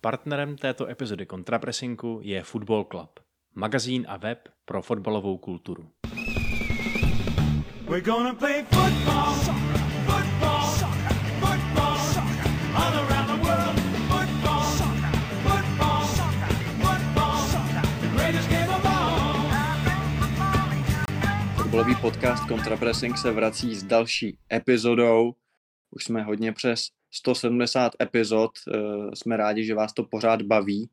Partnerem této epizody Kontrapressingu je Football Club, magazín a web pro fotbalovou kulturu. We're gonna play football, football, football, all around the world. Football, football, football, the greatest game of all. Fotbalový podcast Kontrapressing se vrací s další epizodou. Už jsme hodně přes 170 epizod. Jsme rádi, že vás to pořád baví.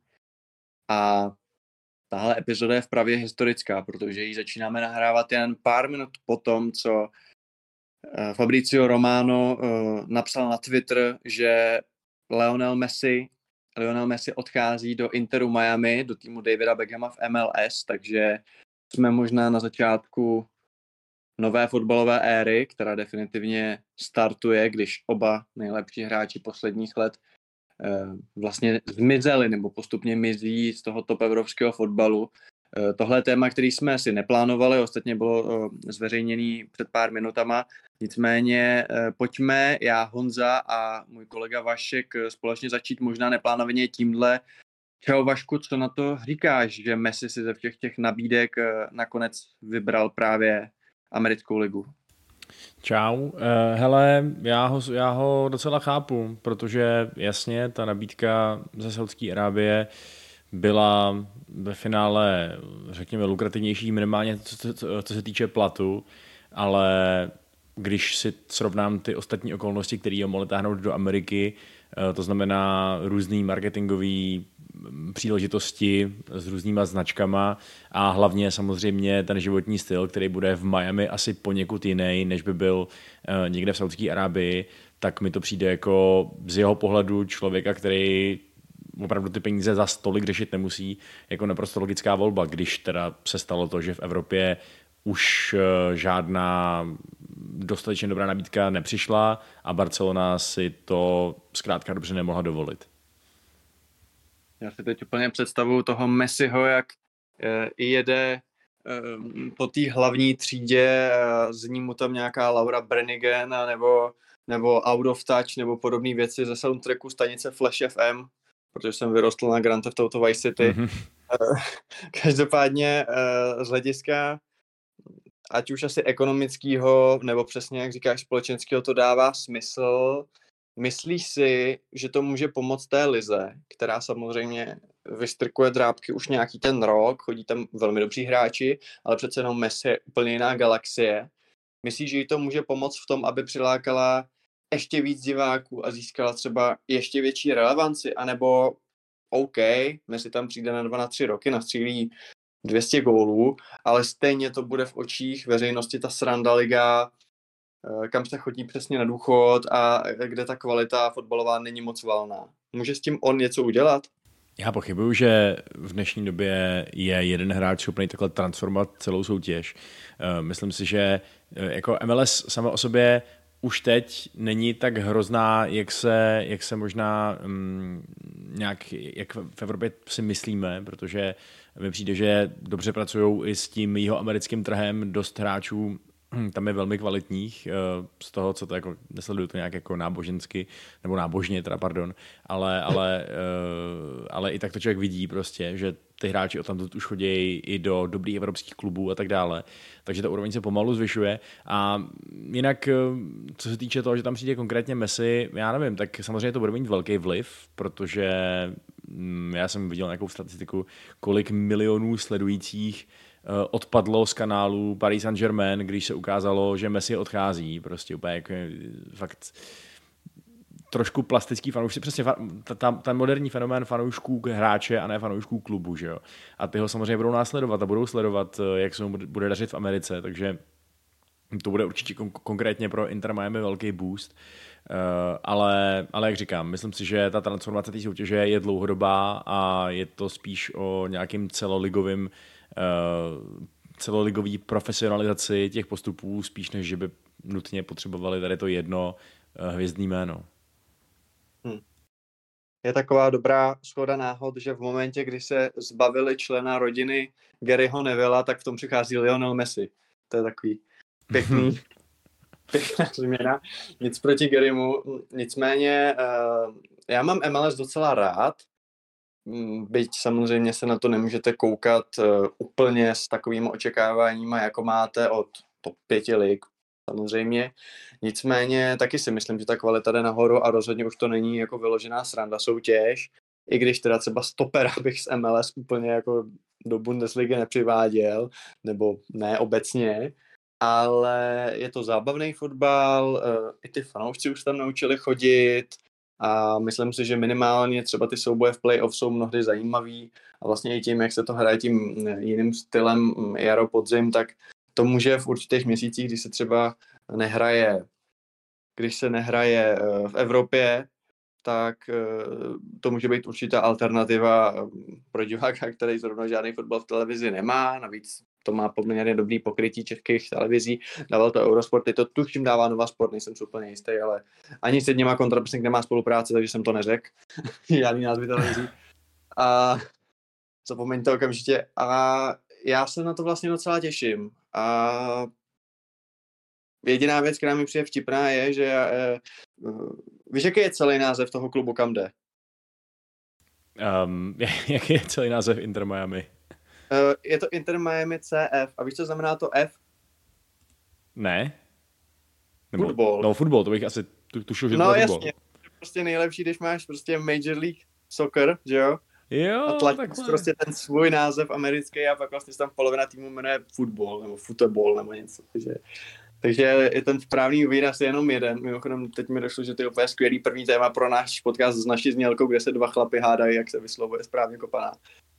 A tahle epizoda je vpravě historická, protože ji začínáme nahrávat jen pár minut po tom, co Fabrizio Romano napsal na Twitter, že Lionel Messi odchází do Interu Miami, do týmu Davida Beckhama v MLS, takže jsme možná na začátku nové fotbalové éry, která definitivně startuje, když oba nejlepší hráči posledních let vlastně zmizeli nebo postupně mizí z toho top evropského fotbalu. Tohle je téma, který jsme si neplánovali, ostatně bylo zveřejněný před pár minutama. Nicméně pojďme já, Honza a můj kolega Vašek společně začít možná neplánovaně tímhle. Čau Vašku, co na to říkáš, že Messi si ze všech těch nabídek nakonec vybral právě americkou ligu? Čau, hele, já ho docela chápu, protože jasně ta nabídka ze Saudské Arábie byla ve finále, řekněme, lukrativnější minimálně co se týče platu, ale když si srovnám ty ostatní okolnosti, které ho mohly táhnout do Ameriky, to znamená různý marketingový příležitosti s různýma značkama a hlavně samozřejmě ten životní styl, který bude v Miami asi poněkud jiný, než by byl někde v Saudské Arábii, tak mi to přijde jako z jeho pohledu člověka, který opravdu ty peníze za tolik řešit nemusí, jako naprosto logická volba, když teda se stalo to, že v Evropě už žádná dostatečně dobrá nabídka nepřišla a Barcelona si to zkrátka dobře nemohla dovolit. Já si teď úplně představuju toho Messiho, jak jede po té hlavní třídě, zní mu tam nějaká Laura Branigan nebo Out of Touch nebo podobné věci ze soundtracku stanice Flash FM, protože jsem vyrostl na Grand Theft Auto Vice City. Každopádně z hlediska ať už asi ekonomického, nebo přesně jak říkáš společenského, to dává smysl. Myslíš si, že to může pomoct té lize, která samozřejmě vystrkuje drápky už nějaký ten rok, chodí tam velmi dobří hráči, ale přece jenom Messi je úplně jiná galaxie. Myslíš, že jí to může pomoct v tom, aby přilákala ještě víc diváků a získala třeba ještě větší relevanci, anebo OK, Messi tam přijde na 2 na 3 roky, nastřílí 200 gólů, ale stejně to bude v očích veřejnosti ta sranda liga, kam se chodí přesně na důchod a kde ta kvalita fotbalová není moc valná. Může s tím on něco udělat? Já pochybuju, že v dnešní době je jeden hráč schopný takhle transformovat celou soutěž. Myslím si, že jako MLS sama o sobě už teď není tak hrozná, jak se možná nějak, jak v Evropě si myslíme, protože mi přijde, že dobře pracují i s tím jihoamerickým trhem, dost hráčů tam je velmi kvalitních, z toho, co to jako, nesleduju to nějak jako nábožensky, nebo nábožně teda, pardon, ale i tak to člověk vidí prostě, že ty hráči odtamtud už chodí i do dobrých evropských klubů a tak dále, takže ta úroveň se pomalu zvyšuje a jinak, co se týče toho, že tam přijde konkrétně Messi, já nevím, tak samozřejmě to bude mít velký vliv, protože já jsem viděl nějakou statistiku, kolik milionů sledujících odpadlo z kanálu Paris Saint-Germain, když se ukázalo, že Messi odchází. Prostě úplně jako fakt trošku plastický fanoušci. Přesně ten moderní fenomén fanoušků hráče a ne fanoušků klubu. Že jo? A ty ho samozřejmě budou následovat a budou sledovat, jak se mu bude dařit v Americe. Takže to bude určitě konkrétně pro Inter Miami velký boost. Ale jak říkám, myslím si, že ta transformace té soutěže je dlouhodobá a je to spíš o nějakým celoligový profesionalizaci těch postupů, spíš než že by nutně potřebovali tady to jedno hvězdný jméno. Je taková dobrá shoda náhod, že v momentě, kdy se zbavili člena rodiny Garyho Nevilla, tak v tom přichází Lionel Messi. To je takový pěkná změna. Nic proti Garymu. Nicméně já mám MLS docela rád byť samozřejmě se na to nemůžete koukat úplně s takovými očekáváními, jako máte od top 5 lig, samozřejmě. Nicméně taky si myslím, že ta kvalita jde nahoru a rozhodně už to není jako vyložená sranda soutěž, i když teda třeba stopera bych z MLS úplně jako do Bundesligy nepřiváděl, nebo ne obecně, ale je to zábavný fotbal, i ty fanoušci už tam naučili chodit a myslím si, že minimálně třeba ty souboje v playoff jsou mnohdy zajímavý a vlastně i tím, jak se to hraje tím jiným stylem jaro, podzim, tak to může v určitých měsících, když se třeba nehraje v Evropě, tak to může být určitá alternativa pro diváka, který zrovna žádný fotbal v televizi nemá, navíc to má poměrně dobrý pokrytí českých televizí, dával to Eurosport, teď to tuším dává Nova Sport, nejsem si úplně jistý, ale ani s jedněma Kontrapressing nemá spolupráci, takže jsem to neřekl, žádný názvy televizí. A zapomeň to okamžitě. A já se na to vlastně docela těším. A jediná věc, která mi přijde vtipná, je, že víš, jaký je celý název toho klubu, kam jde? Jaký je celý název Inter Miami? Je to Inter Miami CF. A víš, co znamená to F? Ne. Football. No, fotbal, to bych asi tušil, že no, to je jasně. Prostě nejlepší, když máš prostě Major League Soccer, že jo? Jo, a tlačíš prostě ten svůj název americký a pak vlastně tam polovina týmu jmenuje football nebo football nebo něco. Takže je ten správný výraz je jenom jeden. Mimochodem, teď mi došlo, že to je úplně skvělý první téma pro náš podcast s naší znělkou, kde se dva chlapy hádají, jak se vyslovuje správně kopaná.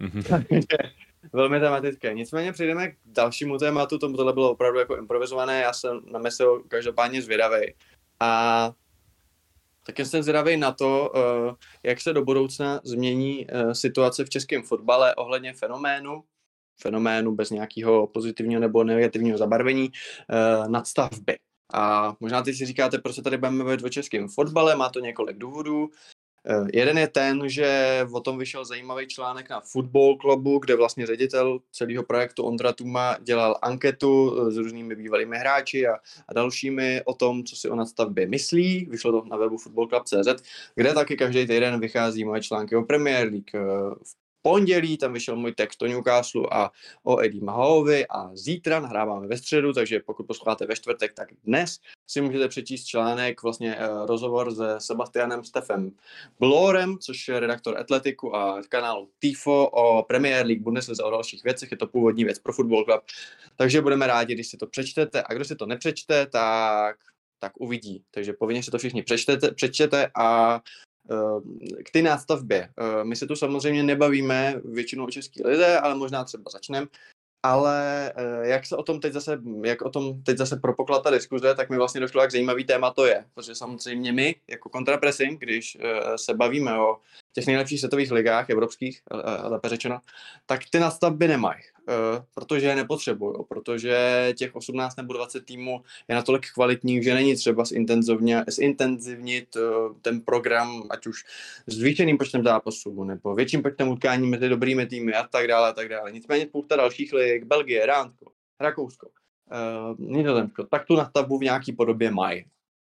Velmi tematické. Nicméně přejdeme k dalšímu tématu, tohle bylo opravdu jako improvizované, já jsem na Messiho každopádně zvědavej. A taky jsem zvědavej na to, jak se do budoucna změní situace v českém fotbale ohledně fenoménu bez nějakého pozitivního nebo negativního zabarvení nadstavby. A možná teď si říkáte, proč se tady budeme mluvit o českém fotbale, má to několik důvodů. Jeden je ten, že o tom vyšel zajímavý článek na Football Clubu, kde vlastně ředitel celého projektu Ondra Tuma dělal anketu s různými bývalými hráči a dalšími o tom, co si o nadstavbě myslí. Vyšlo to na webu footballclub.cz, kde taky každý týden vychází moje články o Premier League. V pondělí tam vyšel můj text o Newcastle a o Eddie Mahovi a zítra nahráváme ve středu, takže pokud posloucháte ve čtvrtek, tak dnes si můžete přečíst článek, vlastně rozhovor se Sebastianem Steffem Blorem, což je redaktor Atletiku a kanálu Tifo o Premier League, Bundeslize a o dalších věcech, je to původní věc pro Football Club, takže budeme rádi, když si to přečtete a kdo si to nepřečte, tak uvidí, takže povinně si to všichni přečtěte a k té nástavbě. My se tu samozřejmě nebavíme většinou o české lize, ale možná třeba začneme. Ale jak o tom teď zase propokla ta diskuze, tak mi vlastně došlo, jak zajímavý téma to je. Protože samozřejmě my, jako Kontrapressing, když se bavíme o těch nejlepších světových ligách, evropských, lépe řečeno, tak ty nastavby nemají, protože je nepotřebují, protože těch 18 nebo 20 týmů je natolik kvalitních, že není třeba zintenzivnit ten program, ať už s zvýšeným počtem zápasů, nebo větším počtem utkání mezi dobrými týmy a tak dále, a tak dále. Nicméně spousta dalších lig, Belgie, Dánsko, Rakousko, Nizozemsko, tak tu nastavbu v nějaký podobě mají.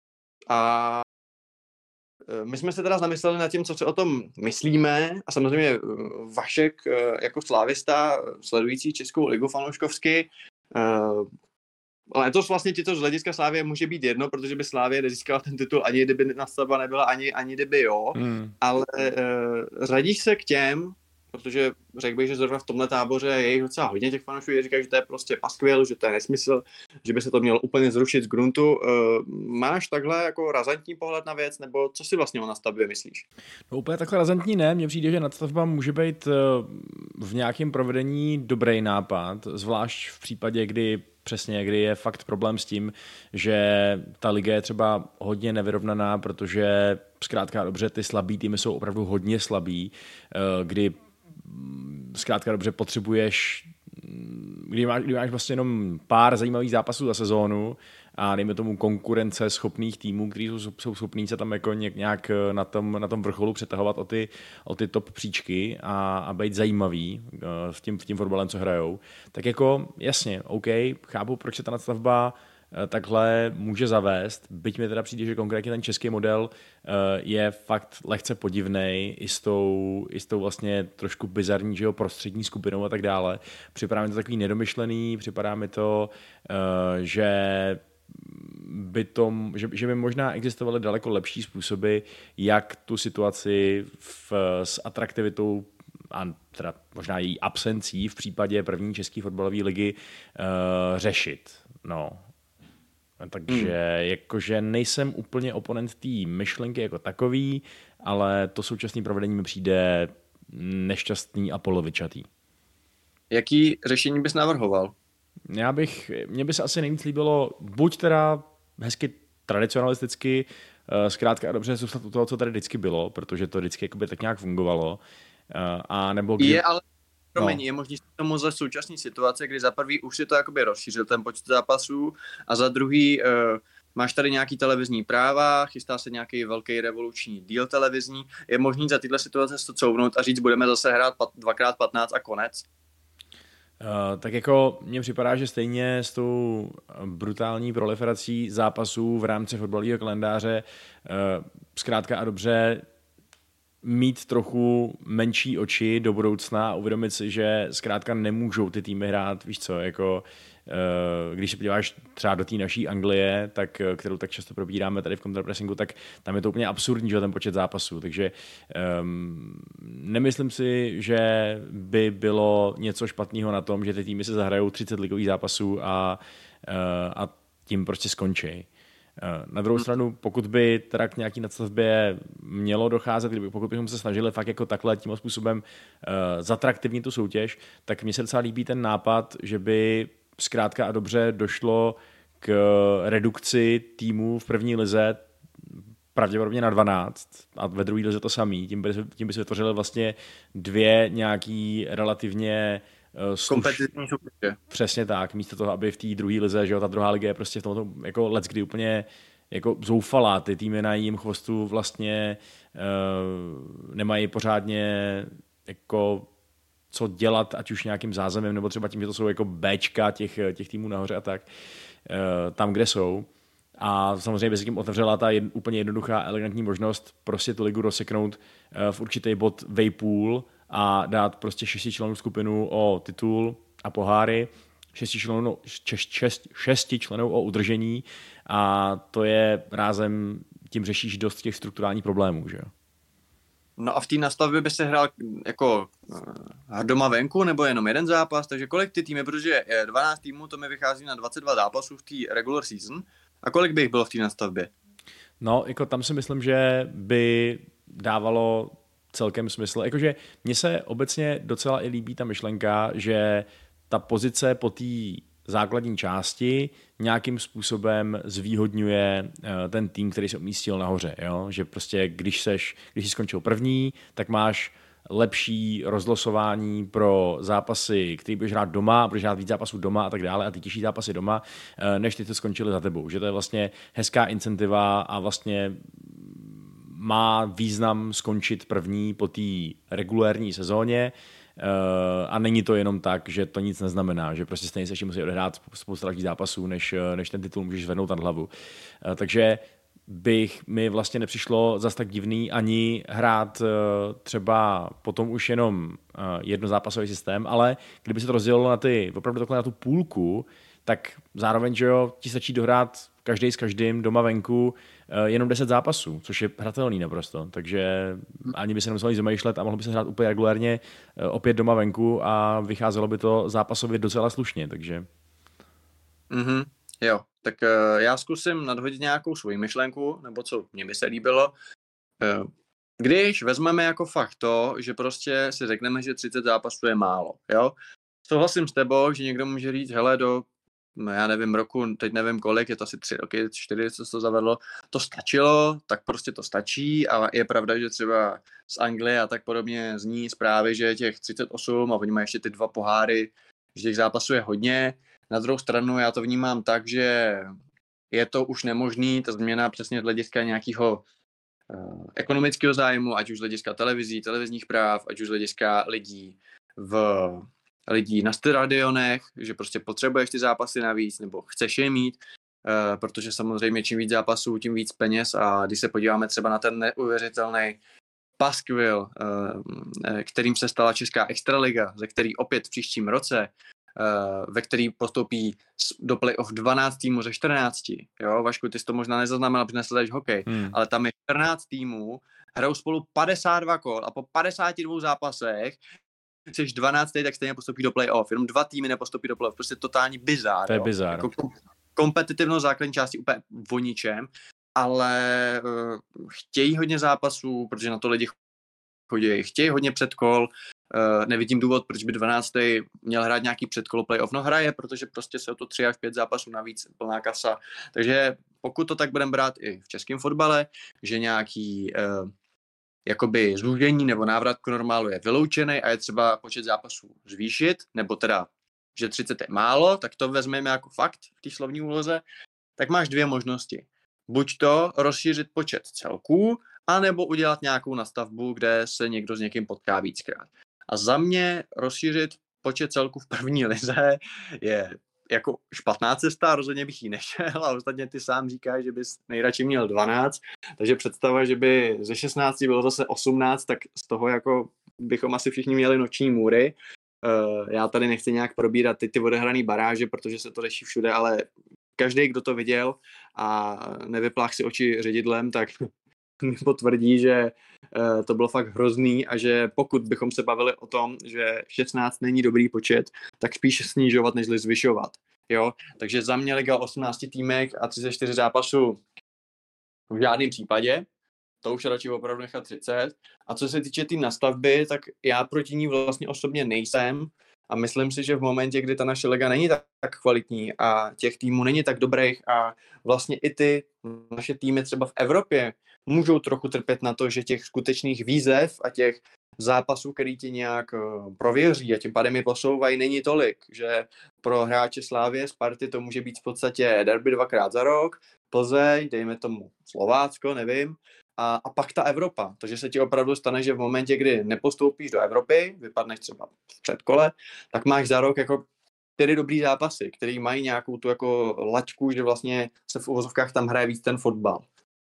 A my jsme se teda zamysleli nad tím, co si o tom myslíme a samozřejmě Vašek jako slávista sledující Českou ligu fanouškovsky, ale to vlastně ti to z hlediska Slávie může být jedno, protože by Slávie nezískala ten titul ani kdyby nastavba nebyla, ani kdyby jo, ale řadíš se k těm, protože řekl bych, že zrovna v tomhle táboře je jich docela hodně těch fanoušků, kteří říkají, že to je prostě paskvil, že to je nesmysl, že by se to mělo úplně zrušit z gruntu. Máš takhle jako razantní pohled na věc, nebo co si vlastně o nastavbě myslíš? No úplně takhle razantní ne, mně přijde, že nadstavba může být v nějakém provedení dobrý nápad, zvlášť v případě, kdy je fakt problém s tím, že ta liga je třeba hodně nevyrovnaná, protože zkrátka dobře ty slabý týmy jsou opravdu hodně slabý, kdy zkrátka dobře potřebuješ, kdy máš vlastně jenom pár zajímavých zápasů za sezónu a dejme tomu konkurence schopných týmů, kteří jsou schopní se tam jako nějak na tom vrcholu přetahovat o ty top příčky a být zajímavý v tím fotbalem, co hrajou. Tak jako jasně, OK, chápu, proč je ta nadstavba takhle může zavést. Byť mi teda přijde, že konkrétně ten český model je fakt lehce podivnej i s tou vlastně trošku bizarní, že jo, prostřední skupinou a tak dále. Připadá mi to takový nedomyšlený, připadá mi to, že by možná existovaly daleko lepší způsoby, jak tu situaci s atraktivitou a teda možná její absencí v případě první české fotbalové ligy řešit. No. Takže jakože nejsem úplně oponent té myšlenky jako takový, ale to současné provedení mi přijde nešťastný a polovičatý. Jaký řešení bys navrhoval? Mně by se asi nejvíc líbilo buď teda hezky tradicionalisticky, zkrátka a dobře zůstat u toho, co tady vždycky bylo, protože to vždycky jakoby tak nějak fungovalo. A nebo je možný se tomu za současné situace, kdy za prvý už si to jakoby rozšířil ten počet zápasů a za druhý máš tady nějaký televizní práva, chystá se nějaký velký revoluční díl televizní, je možný za tyhle situace se to couvnout a říct, budeme zase hrát 2x15 a konec? Tak jako mně připadá, že stejně s tou brutální proliferací zápasů v rámci fotbalového kalendáře zkrátka a dobře mít trochu menší oči do budoucna a uvědomit si, že zkrátka nemůžou ty týmy hrát, víš co, jako když se podíváš třeba do té naší Anglie, tak, kterou tak často probíráme tady v kontrapressingu, tak tam je to úplně absurdní, že ten počet zápasů, takže nemyslím si, že by bylo něco špatného na tom, že ty týmy se zahrajou 30 ligových zápasů a tím prostě skončí. Na druhou stranu, pokud by teda k nějaký nadstavbě mělo docházet, pokud bychom se snažili fakt jako takhle tímhle způsobem zatraktivnit tu soutěž, tak mně se docela líbí ten nápad, že by zkrátka a dobře došlo k redukci týmů v první lize pravděpodobně na 12 a ve druhé lize to samý. Tím by se vytvořily vlastně dvě nějaký relativně kompetitivní soutěže. Přesně tak, místo toho, aby v té druhé lize, že jo, ta druhá liga je prostě v tomto jako leckdy úplně jako zoufalá, ty týmy na jejím chvostu vlastně nemají pořádně jako co dělat, ať už nějakým zázemím, nebo třeba tím, že to jsou jako Bčka těch týmů nahoře a tak, tam, kde jsou. A samozřejmě by se tím otevřela ta úplně jednoduchá, elegantní možnost prostě tu ligu rozseknout v určitý bod vejpůl a dát prostě 6 členů skupinu o titul a poháry, 6 členů o udržení a to je rázem, tím řešíš dost těch strukturálních problémů, že jo? No a v té nastavbě by se hrál jako doma venku nebo jenom jeden zápas, takže kolik ty týmy, protože 12 týmů, to mi vychází na 22 zápasů v té regular season, a kolik by jich bylo v té nastavbě? No, jako tam si myslím, že by dávalo celkem smysl. Jakože mně se obecně docela i líbí ta myšlenka, že ta pozice po té základní části nějakým způsobem zvýhodňuje ten tým, který se umístil nahoře. Jo? Že prostě když jsi skončil první, tak máš lepší rozlosování pro zápasy, který budeš hrát doma, budeš hrát víc zápasů doma a tak dále a ty těžší zápasy doma, než ty, co skončili za tebou. Že to je vlastně hezká incentiva a vlastně má význam skončit první po té regulérní sezóně a není to jenom tak, že to nic neznamená, že prostě stejně se ještě musí odehrát spousta dalších zápasů, než ten titul můžeš zvednout nad hlavu. Takže mi vlastně nepřišlo zas tak divný ani hrát třeba potom už jenom jednozápasový systém, ale kdyby se to rozdělilo na opravdu takhle na tu půlku, tak zároveň, že jo, ti stačí dohrát každý s každým doma venku jenom 10 zápasů, což je hratelný naprosto, takže ani by se nemuseli zamýšlet a mohlo by se hrát úplně regulárně opět doma venku a vycházelo by to zápasově docela slušně, takže... Jo, tak já zkusím nadhodit nějakou svoji myšlenku, nebo co mně by se líbilo. Když vezmeme jako fakt to, že prostě si řekneme, že 30 zápasů je málo, jo? Souhlasím s tebou, že někdo může říct, hele, já nevím, roku, teď nevím kolik, je to asi 3 roky, 4, co se to zavedlo, to stačilo, tak prostě to stačí a je pravda, že třeba z Anglie a tak podobně zní zprávy, že je těch 38 a oni mají ještě ty 2 poháry, že těch zápasů je hodně. Na druhou stranu já to vnímám tak, že je to už nemožný, ta změna přesně z hlediska nějakého ekonomického zájmu, ať už z hlediska televizních práv, ať už z hlediska lidí na stadionech, že prostě potřebuješ ty zápasy navíc, nebo chceš je mít. protože samozřejmě čím víc zápasů, tím víc peněz a když se podíváme třeba na ten neuvěřitelný paskvil, kterým se stala Česká extraliga, ze který opět v příštím roce, ve který postoupí do playoff 12 týmů ze 14. Jo, Vašku, ty jsi to možná nezaznamenal, protože nesleduješ hokej, ale tam je 14 týmů, hrajou spolu 52 kol a po 52 zápasech jsi 12, tak stejně postoupí do playoff. Jenom 2 týmy nepostoupí do playoff. Prostě totální bizár. To je bizár. Jako kompetitivnost základní části úplně o ničem, ale chtějí hodně zápasů, protože na to lidi chodí. Chtějí hodně předkol. Nevidím důvod, proč by 12. měl hrát nějaký předkolo playoff. No hraje, protože prostě se o to 3 až 5 zápasů navíc, plná kasa. Takže pokud to tak budeme brát i v českém fotbale, že nějaký jakoby zúžení nebo návrat k normálu je vyloučený a je třeba počet zápasů zvýšit, nebo teda, že 30 je málo, tak to vezmeme jako fakt v té slovní úloze, tak máš 2 možnosti. Buď to rozšířit počet celků, anebo udělat nějakou nastavbu, kde se někdo s někým potká víckrát. A za mě rozšířit počet celků v první lize je jako špatná cesta, rozhodně bych ji nešel a ostatně ty sám říkáš, že bys nejradši měl 12, takže představa, že by ze 16 bylo zase 18, tak z toho jako bychom asi všichni měli noční můry. Já tady nechci nějak probírat ty odehraný baráže, protože se to řeší všude, ale každý, kdo to viděl a nevyplách si oči ředidlem, tak mi potvrdí, že to bylo fakt hrozný a že pokud bychom se bavili o tom, že 16 není dobrý počet, tak spíš snižovat, než zvyšovat. Jo? Takže za mě liga 18 týmek a 34 zápasů v žádném případě. To už radši opravdu nechat 30. A co se týče té nastavby, tak já proti ní vlastně osobně nejsem a myslím si, že v momentě, kdy ta naše liga není tak kvalitní a těch týmů není tak dobrých a vlastně i ty naše týmy třeba v Evropě můžou trochu trpět na to, že těch skutečných výzev a těch zápasů, který ti nějak prověří a tím pádem je posouvají, není tolik, že pro hráče Slávie, Sparty to může být v podstatě derby 2krát za rok, Plzeň, dejme tomu Slovácko, nevím, a pak ta Evropa. Takže se ti opravdu stane, že v momentě, kdy nepostoupíš do Evropy, vypadneš třeba v předkole, tak máš za rok jako 4 dobrý zápasy, který mají nějakou tu jako laťku, že vlastně se v uvozovkách tam hraje víc ten fotbal.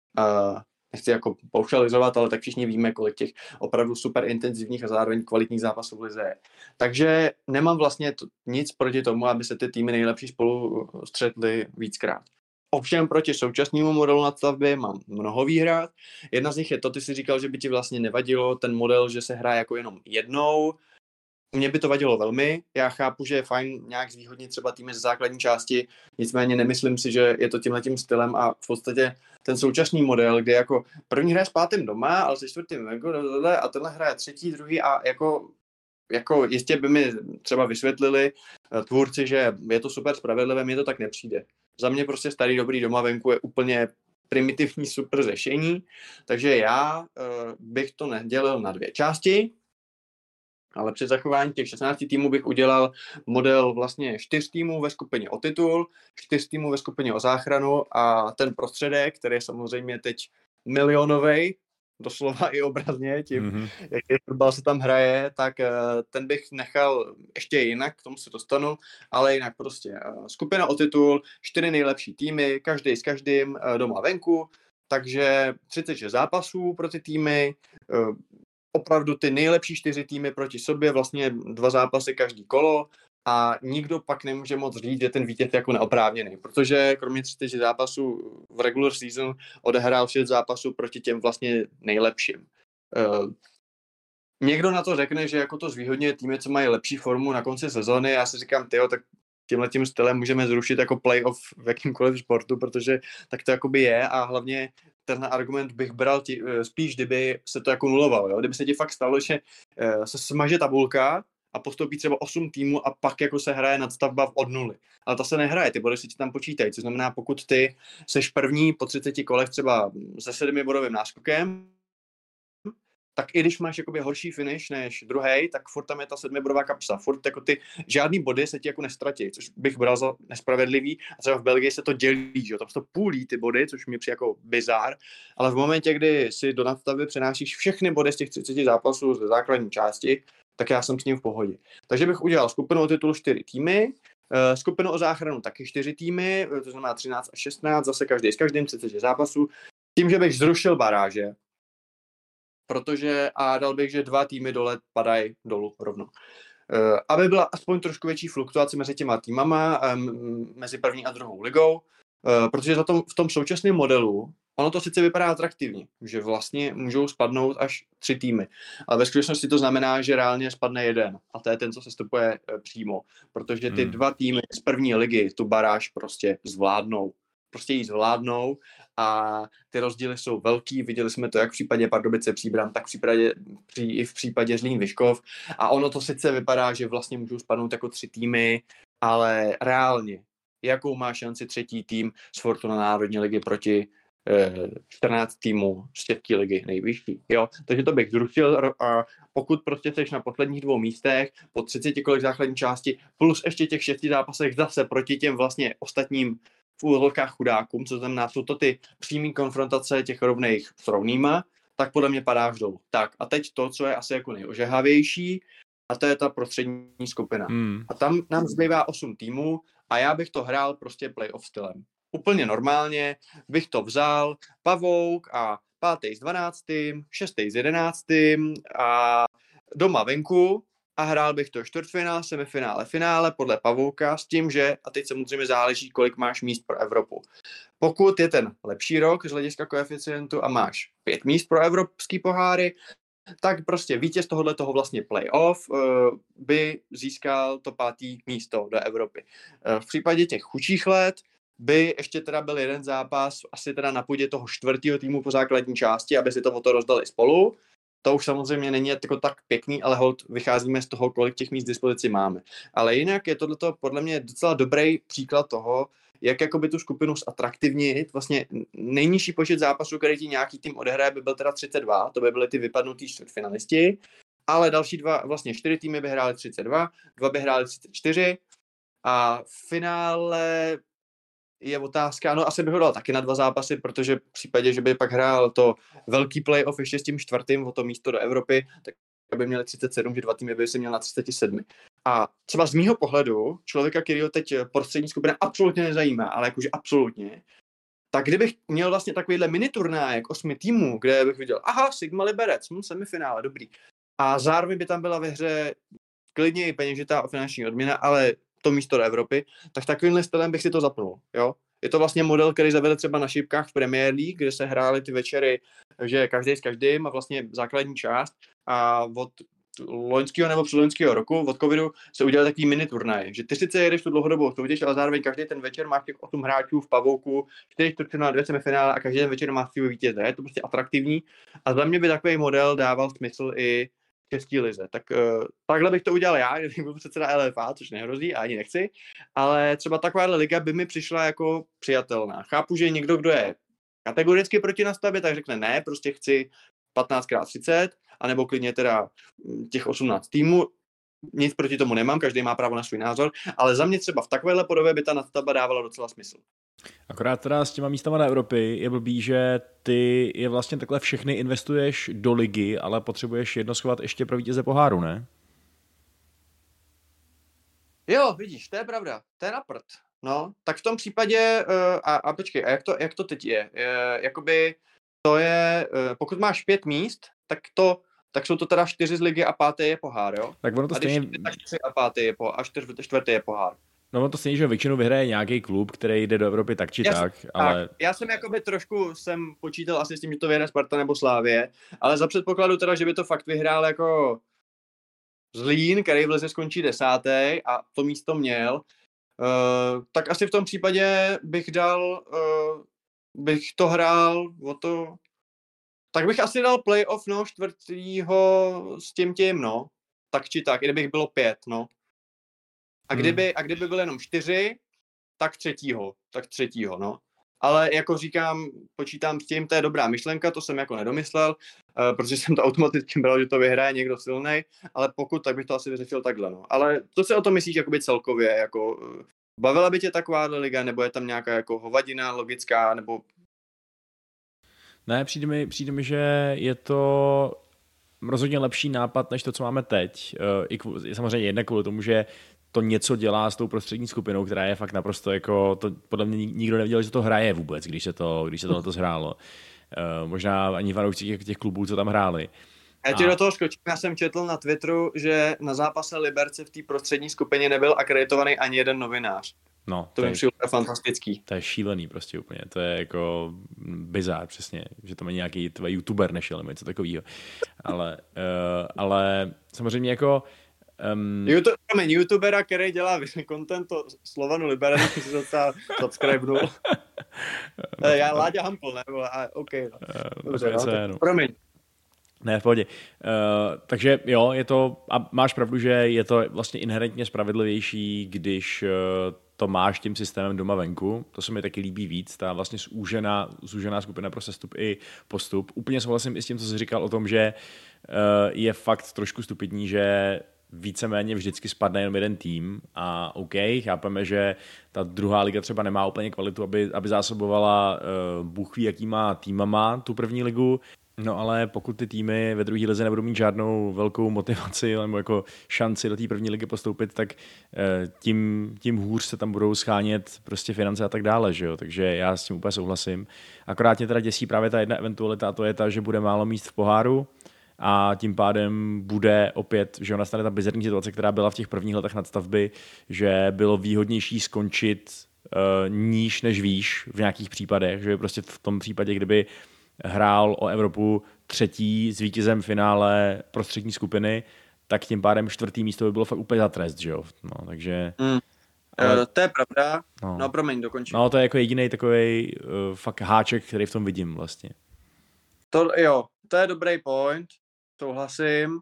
Nechci jako paušalizovat, ale tak všichni víme, kolik těch opravdu super intenzivních a zároveň kvalitních zápasů v lize je. Takže nemám vlastně nic proti tomu, aby se ty týmy nejlepší spolu střetly víckrát. Ovšem proti současnému modelu nadstavby mám mnoho výhrad. Jedna z nich je to, ty si říkal, že by ti vlastně nevadilo ten model, že se hraje jako jenom jednou. Mně by to vadilo velmi. Já chápu, že je fajn nějak zvýhodnit třeba týmy ze základní části, nicméně nemyslím si, že je to tímhletím stylem a v podstatě ten současný model, kde jako první hraje s 5. doma, ale se 4. venku a tenhle hraje 3., 2. a jako jistě by mi třeba vysvětlili tvůrci, že je to super spravedlivé, mně to tak nepřijde. Za mě prostě starý dobrý doma venku je úplně primitivní super řešení, takže já bych to nedělil na 2 části, ale při zachování těch 16 týmů bych udělal model vlastně 4 týmů ve skupině o titul, 4 týmů ve skupině o záchranu a ten prostředek, který je samozřejmě teď milionovej, doslova i obrazně, tím, jaký fotbal se tam hraje, tak ten bych nechal ještě jinak, k tomu se dostanu, ale jinak prostě skupina o titul, 4 nejlepší týmy, každý s každým doma venku, takže 36 zápasů pro ty týmy, opravdu ty nejlepší 4 týmy proti sobě, vlastně 2 zápasy každý kolo a nikdo pak nemůže moc říct, že ten vítěz je jako neoprávněný, protože kromě 30 zápasů v regular season odehrál 6 zápasů proti těm vlastně nejlepším. Někdo na to řekne, že jako to zvýhodňuje týmy, co mají lepší formu na konci sezóny. Já si říkám, tak tímhletím stylem můžeme zrušit jako playoff v jakýmkoliv sportu, protože tak to jakoby je a hlavně ten argument bych bral spíš, kdyby se to jako nulovalo. Jo? Kdyby se ti fakt stalo, že se smaže tabulka a postoupí třeba 8 týmů a pak jako se hraje nadstavba od 0. Ale ta se nehraje, ty body si ti tam počítají, což znamená, pokud ty seš první po 30 kolech třeba se 7bodovým náskokem, tak i když máš jakoby horší finish než druhej, tak furt tam je ta 7bodová kapsa. Furt jako ty žádný body se ti jako nestratí, což bych bral za nespravedlivý. A třeba v Belgii se to dělí, že? Tam se to půlí ty body, což mi přijde jako bizár. Ale v momentě, kdy si do nadstavby přenášíš všechny body z těch 30 zápasů ze základní části, tak já jsem s ním v pohodě. Takže bych udělal skupinu o titul 4 týmy, Skupinu o záchranu taky 4 týmy, to znamená 13 a 16, zase každý s každým, 30 zápasů. Tím, že bych zrušil baráže, protože a dal bych, že 2 týmy dole padají dolů rovno. Aby byla aspoň trošku větší fluktuace mezi těma týmama, mezi první a druhou ligou, protože v tom současném modelu ono to sice vypadá atraktivně, že vlastně můžou spadnout až 3 týmy, ale ve skutečnosti to znamená, že reálně spadne jeden a to je ten, co se stupuje přímo, protože ty 2 týmy z první ligy tu baráž prostě zvládnou. Prostě ji zvládnou a ty rozdíly jsou velký. Viděli jsme to jak v případě Pardubice Příbram, tak i v případě Zlín Vyškov. A ono to sice vypadá, že vlastně můžou spadnout jako 3 týmy, ale reálně, jakou má šanci třetí tým z Fortuna Národní ligy proti 14 týmů z České ligy nejvyšší. Jo? Takže to bych zrušil a pokud prostě jsi na posledních 2 místech po 30 kolik základní části plus ještě těch 6 zápasech zase proti těm vlastně ostatním v úvodovkách chudákům, co znamená, jsou to ty přímý konfrontace těch rovných s rovnýma, tak podle mě padáš dolů. Tak a teď to, co je asi jako nejožehavější, a to je ta prostřední skupina. A tam nám zbývá 8 týmů a já bych to hrál prostě playoff stylem. Úplně normálně bych to vzal, Pavouk a 5. s 12., 6. s 11. a doma venku a hrál bych to čtvrtfinále, semifinále, finále podle Pavouka s tím, že, a teď samozřejmě záleží, kolik máš míst pro Evropu. Pokud je ten lepší rok z hlediska koeficientu a máš 5 míst pro evropský poháry, tak prostě vítěz tohoto vlastně playoff by získal to 5. místo do Evropy. V případě těch chudších let by ještě teda byl jeden zápas asi teda na půdě toho 4. týmu po základní části, aby si to o to rozdali spolu. To už samozřejmě není jako tak pěkný, ale hold vycházíme z toho, kolik těch míst dispozici máme. Ale jinak je tohleto podle mě docela dobrý příklad toho, jak jakoby tu skupinu zatraktivnit. Vlastně nejnižší počet zápasů, který ti nějaký tým odehraje, by byl teda 32, to by byly ty vypadnutý čtvrtfinalisti, ale další 4 týmy by hrály 32, 2 by hrály 34 a v finále je otázka, no asi bych ho dal taky na 2 zápasy, protože v případě, že by pak hrál to velký playoff ještě s tím 4. o to místo do Evropy, tak by měli 37, že 2 týmy by se měl na 37. A třeba z mýho pohledu, člověka, který ho teď prostřední skupina absolutně nezajímá, ale jakože absolutně, tak kdybych měl vlastně takovýhle mini turnájek 8 týmů, kde bych viděl, aha, Sigma Liberec, semifinále, dobrý. A zároveň by tam byla ve hře klidně i peněžitá finanční odměna, ale to místo do Evropy, tak takovýmhle stylem bych si to zapnul, jo. Je to vlastně model, který zavedl třeba na šipkách v Premier League, kde se hrály ty večery, že každý s každým a vlastně základní část a od loňského nebo předloňského roku, od covidu, se udělal takový mini turnaj, že ty sice jedeš tu dlouhodobou soutěž, ale zároveň každý ten večer máš těch 8 hráčů v Pavouku, 4 čtvrtfinále, 2 semifinále a každý ten večer má svého vítěze. Je to prostě atraktivní a za mě by takový model dával smysl i České lize. Tak takhle bych to udělal já, kdybych byl předseda LFA, což nehrozí a ani nechci, ale třeba takováhle liga by mi přišla jako přijatelná. Chápu, že někdo, kdo je kategoricky proti nastavbě, tak řekne ne, prostě chci 15x30, anebo klidně teda těch 18 týmů. Nic proti tomu nemám, každý má právo na svůj názor, ale za mě třeba v takovéhle podobě by ta nadstavba dávala docela smysl. Akorát teda s těma místama na Evropy je blbý, že ty je vlastně takhle všechny investuješ do ligy, ale potřebuješ jedno schovat ještě pro vítěze poháru, ne? Jo, vidíš, to je pravda, to je na prd. No, tak v tom případě, a počkej, a jak to teď je? Jakoby to je, pokud máš 5 míst, tak jsou to teda 4 z ligy a 5. je pohár, jo? Tak ono to a stejně... tak 3 a 5. je pohár, a 4. je pohár. No ono to stejně, že většinou vyhraje nějaký klub, který jde do Evropy tak či tak, ale... Já jsem jakoby trošku počítal asi s tím, že to vyhraje Sparta nebo Slávie, ale za předpokladu teda, že by to fakt vyhrál jako Zlín, který v lize skončí 10. a to místo měl, tak asi v tom případě bych to hrál o to, tak bych asi dal playoff, no, 4. s tím, no, tak či tak, i kdybych bylo 5, no. A kdyby byl jenom 4, tak 3., no. Ale jako říkám, počítám s tím, to je dobrá myšlenka, to jsem jako nedomyslel, protože jsem to automaticky bral, že to vyhraje někdo silnej, ale pokud, tak bych to asi vyřešil takhle, no. Ale co si o tom myslíš jakoby celkově, jako bavila by tě taková liga, nebo je tam nějaká jako hovadina logická, nebo... Ne, přijde mi, že je to rozhodně lepší nápad, než to, co máme teď. Samozřejmě jednak kvůli tomu, že to něco dělá s tou prostřední skupinou, která je fakt naprosto jako, to podle mě nikdo nevěděl, že to hraje vůbec, když se to zhrálo. Možná ani fanoušci těch klubů, co tam hráli. Já ti do toho skočím, já jsem četl na Twitteru, že na zápase Liberce v té prostřední skupině nebyl akreditovaný ani jeden novinář. No, to mi přijde fantastický. To je šílený prostě úplně, to je jako bizár přesně, že tam je nějaký youtuber nešel nebo něco takového. Ale samozřejmě jako youtubera, který dělá content o Slovanu Liberec, si to docela subscribenul. Já Láďa Hampl, nebo OK. Dobře, promiň. Ne, v pohodě. Takže jo, je to, a máš pravdu, že je to vlastně inherentně spravedlivější, když to máš tím systémem doma venku. To se mi taky líbí víc, ta vlastně zúžená skupina pro sestup i postup. Úplně souhlasím i s tím, co jsi říkal o tom, že je fakt trošku stupidní, že víceméně vždycky spadne jenom jeden tým a OK, chápeme, že ta druhá liga třeba nemá úplně kvalitu, aby zásobovala bůh ví jakýma týmama tu první ligu. No ale pokud ty týmy ve druhé lize nebudou mít žádnou velkou motivaci nebo jako šanci do té první ligy postoupit, tak tím hůř se tam budou schánět prostě finance a tak dále, že jo? Takže já s tím úplně souhlasím. Akorát mě teda děsí právě ta jedna eventualita, a to je ta, že bude málo míst v poháru a tím pádem bude opět, že nastane ta bizarní situace, která byla v těch prvních letech nadstavby, že bylo výhodnější skončit níž než výš v nějakých případech, že prostě v tom případě, kdyby hrál o Evropu třetí s vítězem finále prostřední skupiny, tak tím pádem čtvrtý místo by bylo fakt úplně za trest, že jo? No, takže... To je pravda. No promiň, dokončím. No to je jako jediný takovej fakt háček, který v tom vidím vlastně. To je dobrý point, souhlasím.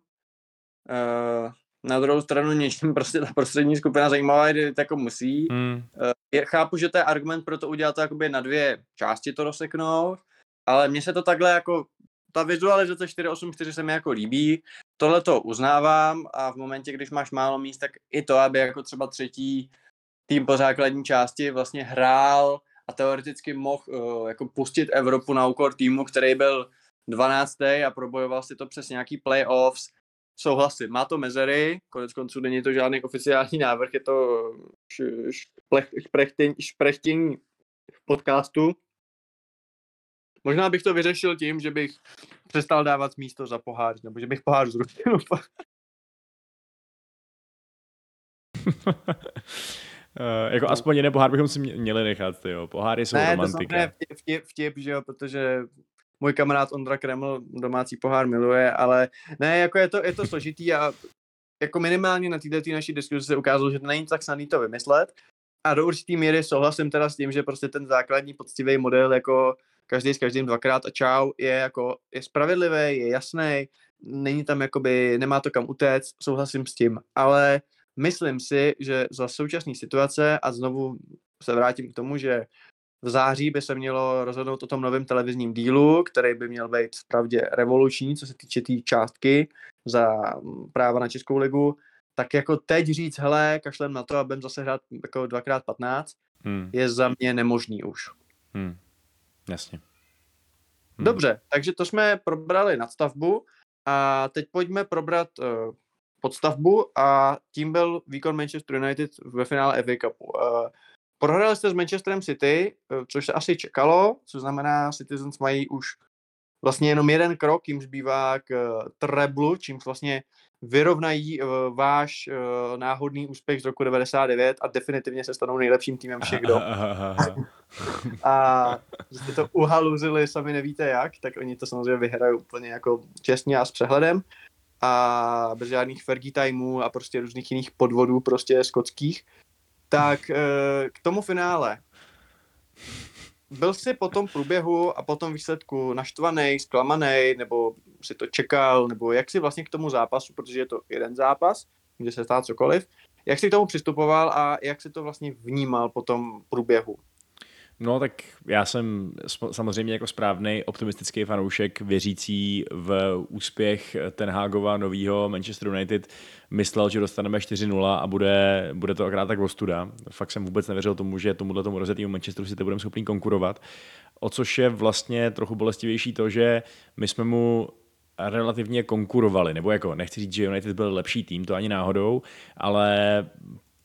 Na druhou stranu něčím prostě ta prostřední skupina zajímavá, kdy jako musí. Chápu, že to je argument pro to udělat to jakoby na dvě části to rozseknout, ale mně se to takhle jako, ta vizualizace 4-8-4 se mi jako líbí, tohle to uznávám a v momentě, když máš málo míst, tak i to, aby jako třeba třetí tým po základní části vlastně hrál a teoreticky mohl jako pustit Evropu na úkor týmu, který byl 12. a probojoval si to přes nějaký playoffs. Souhlasím, má to mezery, konec konců není to žádný oficiální návrh, je to šprechtění v podcastu. Možná bych to vyřešil tím, že bych přestal dávat místo za pohár, nebo že bych pohár zrušil. Jako aspoň jeden pohár bychom si měli nechat, jo. Poháry jsou romantika. Ne, to je vtip, že jo, protože můj kamarád Ondra Kreml domácí pohár miluje, ale ne, jako je to složitý a jako minimálně na této naší diskuzi se ukázalo, že to není tak snadný to vymyslet a do určitý míry souhlasím teda s tím, že prostě ten základní poctivý model jako každý s každým dvakrát a čau je spravedlivý, je jasný, není tam jakoby, nemá to kam utéct, souhlasím s tím, ale myslím si, že za současné situace a znovu se vrátím k tomu, že v září by se mělo rozhodnout o tom novém televizním dílu, který by měl být vpravdě revoluční, co se týče té částky za práva na Českou ligu, tak jako teď říct, hele, kašlem na to a budem zase hrát jako 2x15, je za mě nemožný už. Jasně. Dobře, takže to jsme probrali nadstavbu a teď pojďme probrat podstavbu a tím byl výkon Manchester United ve finále FA Cupu. Prohráli jste s Manchesterem City, což se asi čekalo, což znamená, Citizens mají už vlastně jenom jeden krok, jim zbývá k treblu, čímž vlastně vyrovnají váš náhodný úspěch z roku 99 a definitivně se stanou nejlepším týmem všech dob. A že jste to uhaluzili, sami nevíte jak, tak oni to samozřejmě vyhrají úplně jako čestně a s přehledem a bez žádných Fergie timeů a prostě různých jiných podvodů prostě skotských. Tak k tomu finále. Byl jsi po tom průběhu a po tom výsledku naštvaný, zklamaný, nebo si to čekal, nebo jak jsi vlastně k tomu zápasu, protože je to jeden zápas, může se stát cokoliv, jak jsi k tomu přistupoval a jak jsi to vlastně vnímal po tom průběhu? No tak já jsem samozřejmě jako správný optimistický fanoušek věřící v úspěch Ten Hagova novýho Manchester United myslel, že dostaneme 4-0 a bude to akorát tak ostuda. Fakt jsem vůbec nevěřil tomu, že tomu rozjetýmu Manchesteru City budeme schopni konkurovat. O což je vlastně trochu bolestivější to, že my jsme mu relativně konkurovali, nebo jako nechci říct, že United byl lepší tým, to ani náhodou, ale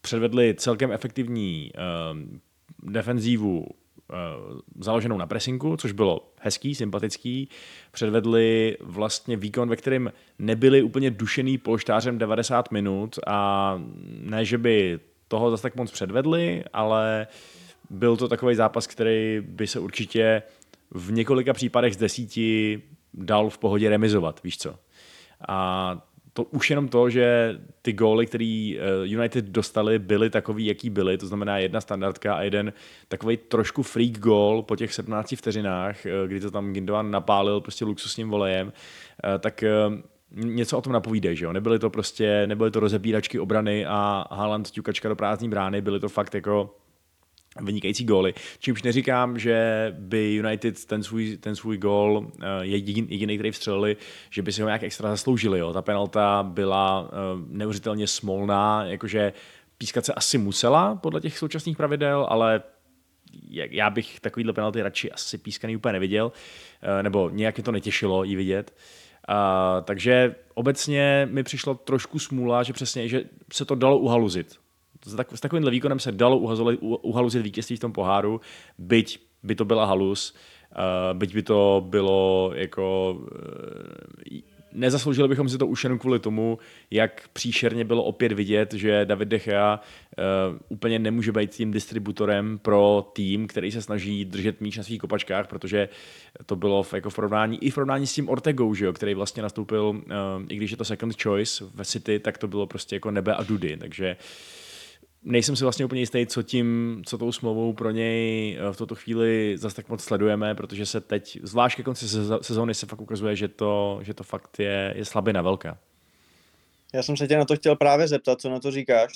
předvedli celkem efektivní defenzívu založenou na pressingu, což bylo hezký, sympatický. Předvedli vlastně výkon, ve kterém nebyli úplně dušený polštářem 90 minut a ne, že by toho zase tak moc předvedli, ale byl to takový zápas, který by se určitě v několika případech z 10 dal v pohodě remizovat, víš co. A to už jenom to, že ty góly, který United dostali, byly takový, jaký byly, to znamená jedna standardka a jeden takový trošku freak gól po těch 17 vteřinách, kdy to tam Gündogan napálil prostě luxusním volejem, tak něco o tom napovídají, že jo. Nebyly to rozebíračky obrany a Haaland ťukačka do prázdné brány, byly to fakt jako vynikající góly. Čímž neříkám, že by United ten svůj gól jediný, který vstřelili, že by si ho nějak extra zasloužili. Jo. Ta penalta byla neuvěřitelně smolná, jakože pískat se asi musela podle těch současných pravidel, ale já bych takovýhle penalty radši asi pískaný úplně neviděl, nebo nějak mě to netěšilo jí vidět. Takže obecně mi přišlo trošku smůla, že přesně, že se to dalo uhaluzit. S takovýmhle výkonem se dalo uhaluzit vítězství v tom poháru, byť by to byla haluz, byť by to bylo jako... Nezasloužili bychom si to už jen kvůli tomu, jak příšerně bylo opět vidět, že David De Gea úplně nemůže být tím distributorem pro tým, který se snaží držet míč na svých kopačkách, protože to bylo v porovnání s tím Ortegou, že jo, který vlastně nastoupil, i když je to second choice ve City, tak to bylo prostě jako nebe a dudy, takže nejsem si vlastně úplně jistý, co tou smlouvou pro něj v tuto chvíli zase tak moc sledujeme, protože se teď, zvlášť ke konci sezóny se fakt ukazuje, že to fakt je slabina velká. Já jsem se tě na to chtěl právě zeptat, co na to říkáš,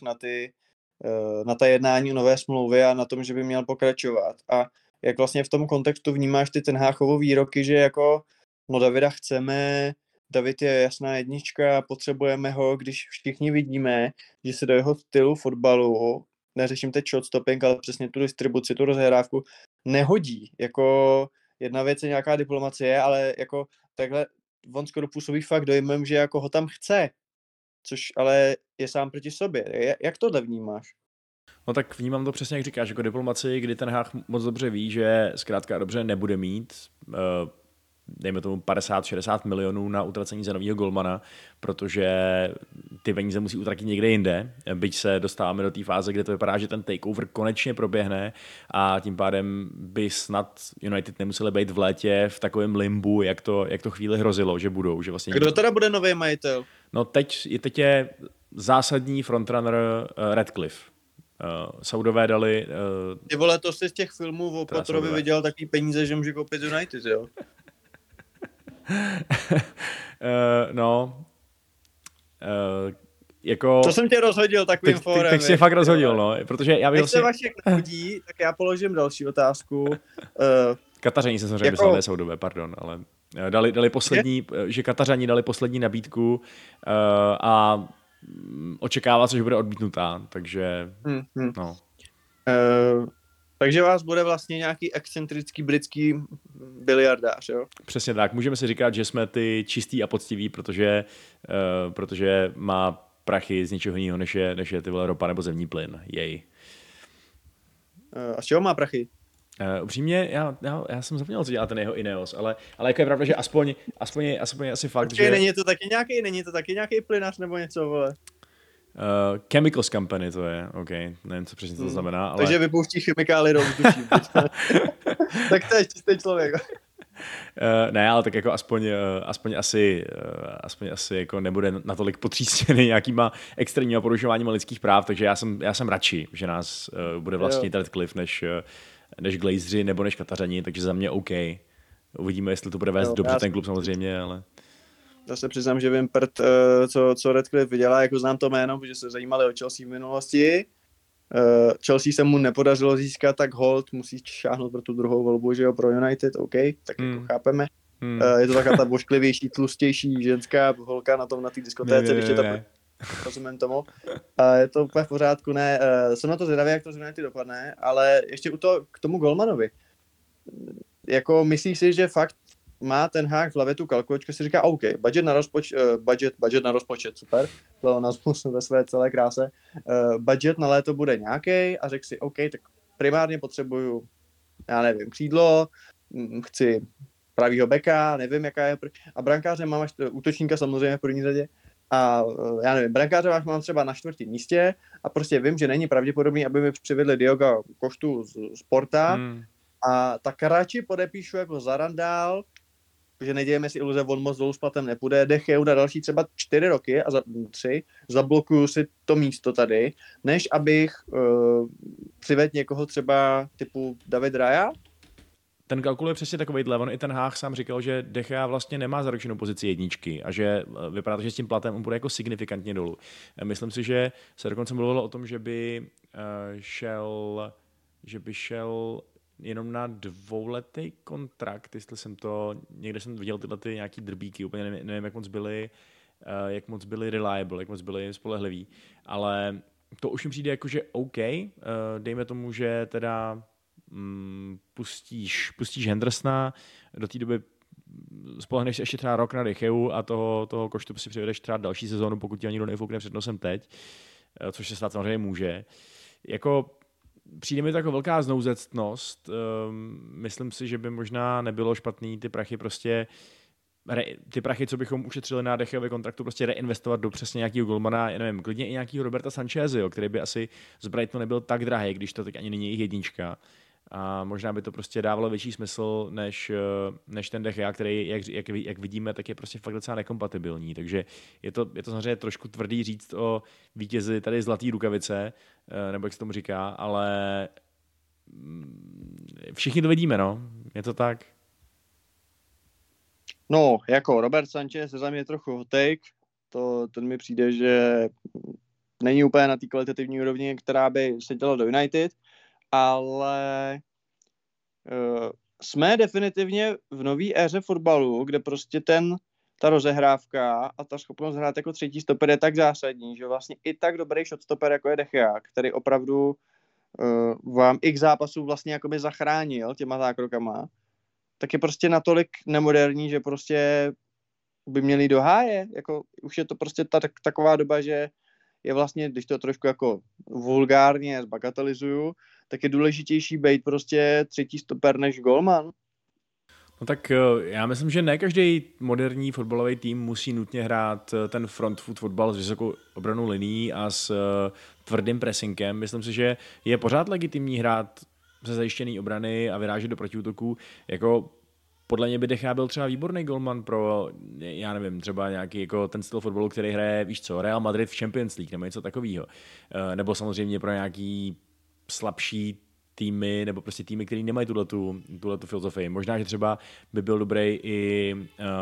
na ta jednání o nové smlouvy a na tom, že by měl pokračovat. A jak vlastně v tom kontextu vnímáš ty Ten Hagovo výroky, že jako no Davida chceme, David je jasná jednička, potřebujeme ho, když všichni vidíme, že se do jeho stylu fotbalu, neřeším teď shotstopping, ale přesně tu distribuci, tu rozhrávku, nehodí. Jako jedna věc je nějaká diplomacie, ale jako takhle on skoro působí fakt dojmem, že jako ho tam chce, což ale je sám proti sobě. Jak tohle vnímáš? No tak vnímám to přesně, jak říkáš, jako diplomaci, kdy Ten Hag moc dobře ví, že zkrátka dobře nebude mít dejme tomu 50-60 milionů na utracení za novýho golmana, protože ty peníze musí utratit někde jinde, byť se dostáváme do té fáze, kde to vypadá, že ten takeover konečně proběhne a tím pádem by snad United nemuseli být v létě v takovém limbu, jak to chvíli hrozilo, že budou. Že vlastně kdo teda bude nový majitel? No teď je zásadní frontrunner Radcliffe. Saudové dali... Ty vole, to jsi z těch filmů o Pottorovi viděl takový peníze, že může koupit United, jo? Jako... To jsem tě rozhodil takovým fórem. Tak jsi fakt rozhodil, no, protože já bych vlastně... se Vašek nehodí, tak já položím další otázku. Katařani se samozřejmě myslel, ne Saudové, pardon, ale dali poslední, že Katařani dali poslední nabídku a očekává se, že bude odmítnutá, takže no. Takže vás bude vlastně nějaký excentrický britský biliardář, jo? Přesně tak. Můžeme si říkat, že jsme ty čistý a poctiví, protože má prachy z ničeho jiného, než je ty vole ropa nebo zemní plyn. Jej. A z čeho má prachy? Upřímně, já jsem zapomněl, co dělá ten jeho Ineos, ale jako je pravda, že aspoň asi fakt, počkej, že... Není to taky nějaký plynař nebo něco, vole? Chemicals Company to je, OK, nevím, co přesně to znamená, ale... Takže vypouští chemikály do vzduší. Tak to je čistý člověk. Ne, ale tak jako aspoň asi jako nebude natolik potřístěný nějakýma extrémníma porušováníma lidských práv, takže já jsem radši, že nás bude vlastnit Radcliffe než Glazeři nebo než Katařani, takže za mě OK. Uvidíme, jestli to bude vést dobře ten klub samozřejmě, ale... Já se přiznám, že vím co Radcliffe vydělá, jako znám to jméno, protože se zajímali o Chelsea v minulosti. Chelsea se mu nepodařilo získat, tak hold musí šáhnout pro tu druhou volbu, že jo, pro United, OK, tak jako chápeme. Je to taková ta bošklivější, tlustější ženská holka na té diskotéce, když je to rozumím tomu. Je to úplně v pořádku, ne, jsem na to zvědavý, jak to z United dopadne, ale ještě k tomu golmanovi. Jako myslíš si, že fakt má ten hák v hlavě tu kalkulačku, si říká, OK, budget na rozpočet, super, to nazvu ve své celé kráse, budget na léto bude nějaký a řekl si, OK, tak primárně potřebuju, já nevím, křídlo, chci pravýho beka, nevím, jaká je, a brankáře mám až útočníka samozřejmě v první řadě, a já nevím, brankáře mám třeba na 4. místě a prostě vím, že není pravděpodobný, aby mi přivedli Dioga Koštu z Porta a tak radši podepíšu jako Zarandál, protože nedějeme si iluze, on moc dolů s platem nepůjde, Decheu na další třeba 4 roky a 3, zablokuju si to místo tady, než abych přivedl někoho třeba typu David Raya. Ten kalkuluje přesně takovejhle. On i ten Hách sám říkal, že De Gea vlastně nemá zaručenou pozici jedničky a že vypadá to, že s tím platem on bude jako signifikantně dolů. Myslím si, že se dokonce mluvilo o tom, že by šel jenom na 2letý kontrakt, jestli jsem to, někde jsem viděl tyhle ty nějaký drbíky, úplně nevím, jak moc byli reliable, jak moc byli spolehliví, ale to už mi přijde jako, že OK, dejme tomu, že teda pustíš Hendersona, do té doby spolehneš ještě třeba rok na De Geu a toho Koštu si přivedeš třeba další sezónu, pokud ti nikdo nefoukne před nosem teď, což se stát samozřejmě může. Jako přijde mi to jako velká znouzectnost. Myslím si, že by možná nebylo špatný ty prachy prostě ty prachy, co bychom ušetřili na De Geově kontraktu, prostě reinvestovat do přesně nějakého golmana, já nevím, klidně i nějakého Roberta Sancheze, který by asi z Brightonu nebyl tak drahý, když to teď ani není jejich jednička. A možná by to prostě dávalo větší smysl než ten De Gea, který, jak vidíme, tak je prostě fakt docela nekompatibilní. Takže je to samozřejmě trošku tvrdý říct o vítězi tady zlatý rukavice, nebo jak se tomu říká, ale všichni to vidíme, no. Je to tak. No, jako Robert Sanchez je za mě trochu hot take. Ten mi přijde, že není úplně na té kvalitativní úrovni, která by se dělala do United, ale jsme definitivně v nový éře fotbalu, kde prostě ta rozehrávka a ta schopnost hrát jako třetí stoper je tak zásadní, že vlastně i tak dobrý shotstopper, jako je De Gea, který opravdu vám x zápasů vlastně jakoby zachránil těma zákrokama, tak je prostě natolik nemoderní, že prostě by měli do háje. Jako, už je to prostě taková doba, že je vlastně, když to trošku jako vulgárně zbagatelizuju, tak je důležitější být prostě třetí stoper než golman. No tak já myslím, že ne každý moderní fotbalový tým musí nutně hrát ten front foot fotbal s vysokou obrannou linií a s tvrdým pressingem. Myslím si, že je pořád legitimní hrát ze zajištěné obrany a vyrážet do protiútoků. Jako podle mě by De Gea byl třeba výborný golman pro, já nevím, třeba nějaký jako ten styl fotbalu, který hraje, víš co, Real Madrid v Champions League nebo něco takového. Nebo samozřejmě pro nějaký slabší týmy, nebo prostě týmy, který nemají tuhletu filozofii. Možná, že třeba by byl dobrý i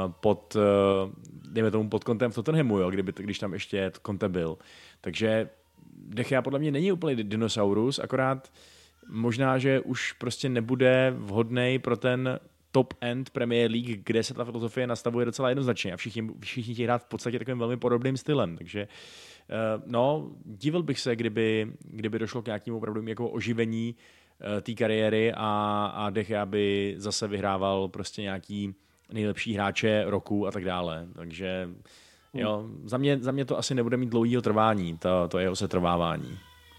dejme tomu pod kontem v Tottenhamu, jo, když tam ještě Conte byl. Takže De Gea podle mě není úplně dinosaurus, akorát možná, že už prostě nebude vhodnej pro ten top end Premier League, kde se ta filozofie nastavuje docela jednoznačně a všichni chtějí hrát v podstatě takovým velmi podobným stylem, takže no, divil bych se, kdyby došlo k nějakému opravdu jako oživení té kariéry a De Gea by zase vyhrával prostě nějaký nejlepší hráče roku a tak dále, takže jo, za mě to asi nebude mít dlouhýho trvání, to jeho setrvávání.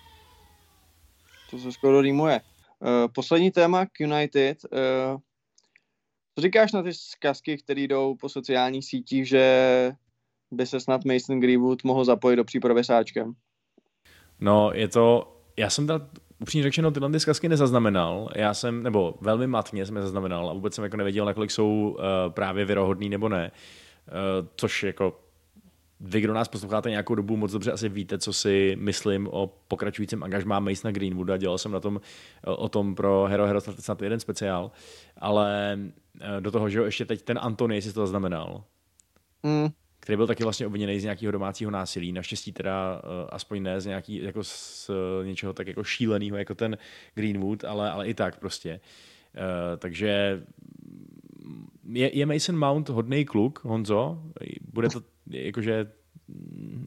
To se skoro rýmuje. Poslední téma k United. Co říkáš na ty zkazky, které jdou po sociálních sítích, že by se snad Mason Greenwood mohl zapojit do přípravy sáčkem? No, já jsem teda upřímně řečeno tyhle zkazky nezaznamenal, nebo velmi matně jsem je zaznamenal a vůbec jsem jako nevěděl, nakolik jsou právě věrohodný nebo ne, což jako vy, kdo nás posloucháte nějakou dobu, moc dobře asi víte, co si myslím o pokračujícím angažmá Masona Greenwooda. Dělal jsem o tom pro Hero snad jeden speciál, ale do toho, že ještě teď ten Antony, jestli to zaznamenal, který byl taky vlastně obviněný z nějakého domácího násilí. Naštěstí teda aspoň ne z něčeho tak jako šíleného, jako ten Greenwood, ale i tak prostě. Takže je Mason Mount hodnej kluk, Honzo? Bude to jakože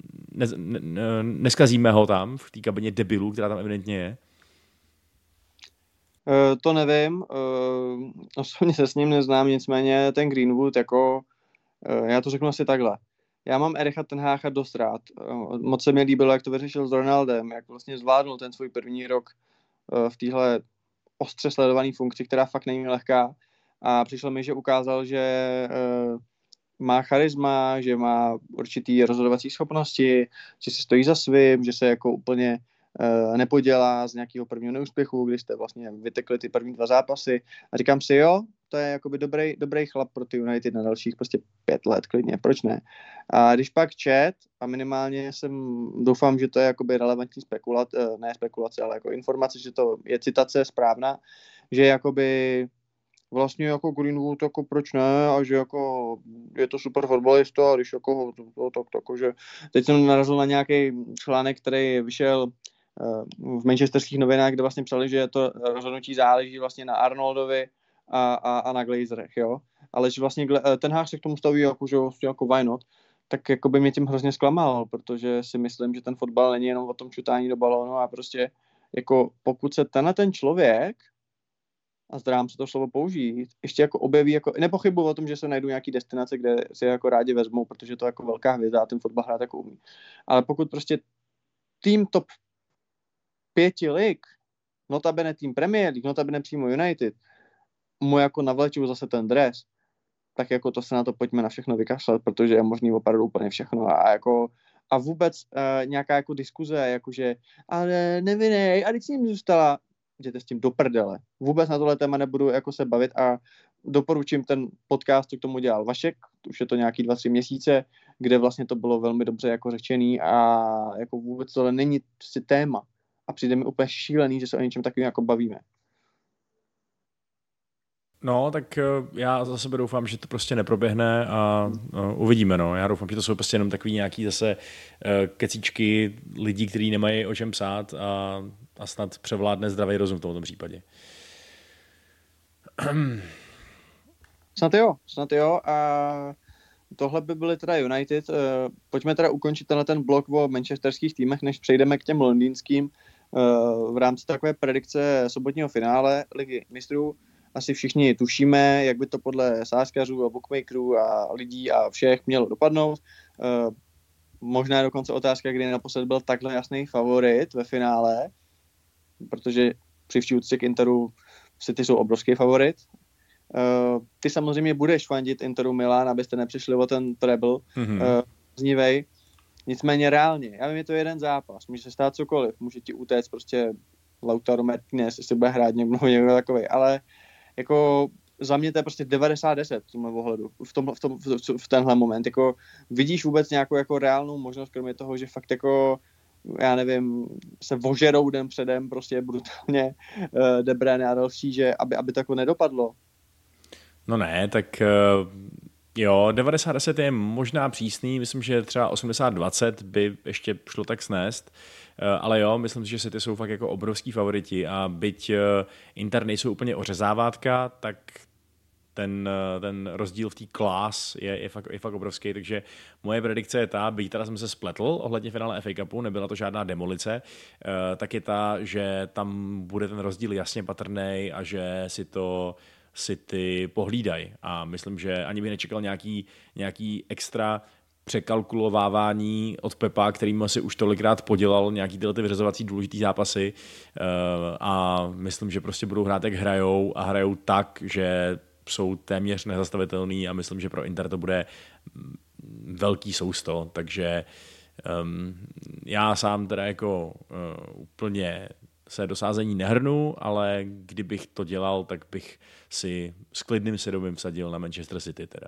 neskazíme ho tam v té kabině debilů, která tam evidentně je? To nevím, osobně se s ním neznám, nicméně ten Greenwood, jako, já to řeknu asi takhle. Já mám Ericha ten Hácha dost rád. Moc se mi líbilo, jak to vyřešil s Ronaldem, jak vlastně zvládnul ten svůj první rok v téhle ostře sledované funkci, která fakt není lehká. A přišlo mi, že ukázal, že má charisma, že má určitý rozhodovací schopnosti, že si stojí za svým, že se jako úplně nepodělá z nějakého prvního neúspěchu, kdy jste vlastně vytekli ty první 2 zápasy. A říkám si, jo, to je jakoby dobrý chlap pro ty United na dalších prostě 5 let, klidně, proč ne? A když pak čet, a minimálně doufám, že to je jakoby relevantní ne spekulace, ale jako informace, že to je citace správná, že jakoby vlastně jako Greenwood, jako proč ne, a že jako je to super fotbalista, a když jako tak že teď jsem narazil na nějaký článek, který vyšel v manchesterských novinách, kde vlastně psali, že to rozhodnutí záleží vlastně na Arnoldovi a na Glazerech, jo, ale že vlastně ten Hář se k tomu staví jako, že jako why not, tak jako by mě tím hrozně zklamal, protože si myslím, že ten fotbal není jenom o tom čutání do balónu a prostě jako pokud se ten člověk, a zdrám se to slovo použít, ještě jako objeví, jako, nepochybuji o tom, že se najdou nějaký destinace, kde si jako rádi vezmou, protože to je jako velká hvězda a ten fotbal hrát jako umí. Ale pokud prostě tým top 5 lig, notabene tým Premier League, notabene přímo United, mu jako navlečou zase ten dres, tak jako to se na to pojďme na všechno vykašlat, protože je možný opravdu úplně všechno a vůbec nějaká jako diskuze, jakože ale nevinej, a když s ním zůstala, jděte s tím do prdele. Vůbec na tohle téma nebudu jako se bavit a doporučím ten podcast, co k tomu dělal Vašek, už je to nějaký 2-3 měsíce, kde vlastně to bylo velmi dobře jako řečený a jako vůbec tohle není prostě téma. A přijde mi úplně šílený, že se o něčem takovým jako bavíme. No, tak já za sebe doufám, že to prostě neproběhne a uvidíme, no. Já doufám, že to jsou prostě jenom takový nějaký zase kecíčky lidí, kteří nemají o čem psát a snad převládne zdravý rozum v tomto případě. Snad jo a tohle by byly teda United. Pojďme teda ukončit ten blok o manchesterských týmech, než přejdeme k těm londýnským v rámci takové predikce sobotního finále Ligy mistrů. Asi všichni tušíme, jak by to podle sázkařů a bookmakerů a lidí a všech mělo dopadnout. Možná je dokonce otázka, kdy naposled byl takhle jasný favorit ve finále, protože při vší úctě k Interu City jsou obrovský favorit. Ty samozřejmě budeš fandit Interu Milan, abyste nepřišli o ten treble znívej. Nicméně reálně, já vím, je to jeden zápas, může se stát cokoliv, může ti utéct prostě Lautaro Martinez, jestli bude hrát někdo takovej, ale jako za mě to je prostě 90-10 v tomhle ohledu, v tenhle moment, jako vidíš vůbec nějakou jako reálnou možnost, kromě toho, že fakt jako já nevím, se vožerou den předem prostě brutálně De Bruyne a další, že aby to jako nedopadlo. No ne, tak jo, 90-10 je možná přísný, myslím, že třeba 80-20 by ještě šlo tak snést, ale jo, myslím si, že City jsou fakt jako obrovský favoriti a byť Inter nejsou úplně ořezávátka, tak ten rozdíl v té class je fakt obrovský, takže moje predikce je ta, byť teda jsem se spletl ohledně finále FA Cupu, nebyla to žádná demolice, tak je ta, že tam bude ten rozdíl jasně patrný a že si to City pohlídají a myslím, že ani bych nečekal nějaký extra překalkulovávání od Pepa, kterým si už tolikrát podělal nějaký tyhle vyřazovací důležitý zápasy a myslím, že prostě budou hrát, jak hrajou a hrajou tak, že jsou téměř nezastavitelný a myslím, že pro Inter to bude velký sousto, takže já sám teda jako úplně se do sázení nehrnu, ale kdybych to dělal, tak bych si s klidným svědomím vsadil na Manchester City teda.